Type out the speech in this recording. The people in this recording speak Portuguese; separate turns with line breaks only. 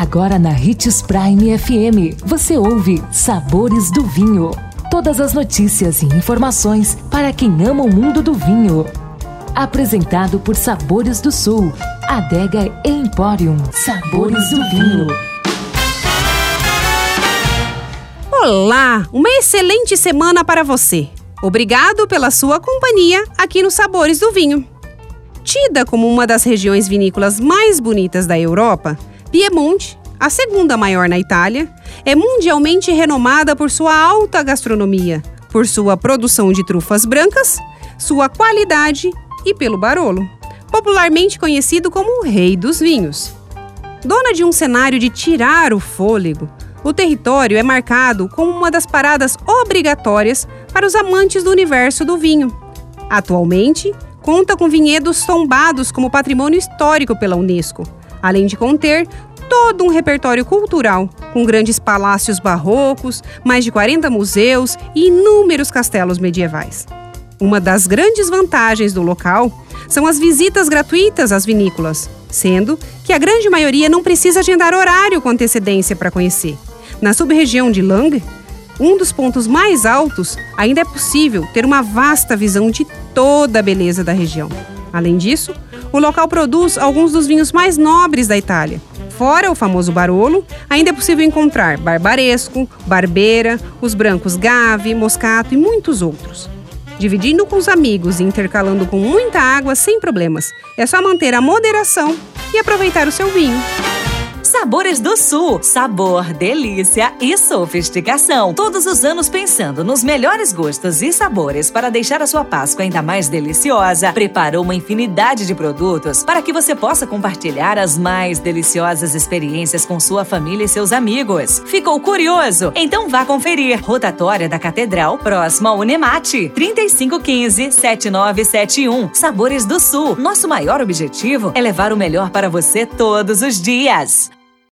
Agora na Hits Prime FM, você ouve Sabores do Vinho. Todas as notícias e informações para quem ama o mundo do vinho. Apresentado por Sabores do Sul, Adega Emporium. Sabores do Vinho.
Olá, uma excelente semana para você. Obrigado pela sua companhia aqui no Sabores do Vinho. Tida como uma das regiões vinícolas mais bonitas da Europa, Piemonte, a segunda maior na Itália, é mundialmente renomada por sua alta gastronomia, por sua produção de trufas brancas, sua qualidade e pelo Barolo, popularmente conhecido como o Rei dos Vinhos. Dona de um cenário de tirar o fôlego, o território é marcado como uma das paradas obrigatórias para os amantes do universo do vinho. Atualmente, conta com vinhedos tombados como patrimônio histórico pela Unesco, além de conter todo um repertório cultural, com grandes palácios barrocos, mais de 40 museus e inúmeros castelos medievais. Uma das grandes vantagens do local são as visitas gratuitas às vinícolas, sendo que a grande maioria não precisa agendar horário com antecedência para conhecer. Na sub-região de Langhe, um dos pontos mais altos, ainda é possível ter uma vasta visão de toda a beleza da região. Além disso, o local produz alguns dos vinhos mais nobres da Itália. Fora o famoso Barolo, ainda é possível encontrar Barbaresco, Barbera, os brancos Gave, Moscato e muitos outros. Dividindo com os amigos e intercalando com muita água sem problemas. É só manter a moderação e aproveitar o seu vinho.
Sabores do Sul, sabor, delícia e sofisticação. Todos os anos pensando nos melhores gostos e sabores para deixar a sua Páscoa ainda mais deliciosa, preparou uma infinidade de produtos para que você possa compartilhar as mais deliciosas experiências com sua família e seus amigos. Ficou curioso? Então vá conferir. Rotatória da Catedral, próximo ao Unemate, 3515-7971. Sabores do Sul. Nosso maior objetivo é levar o melhor para você todos os dias.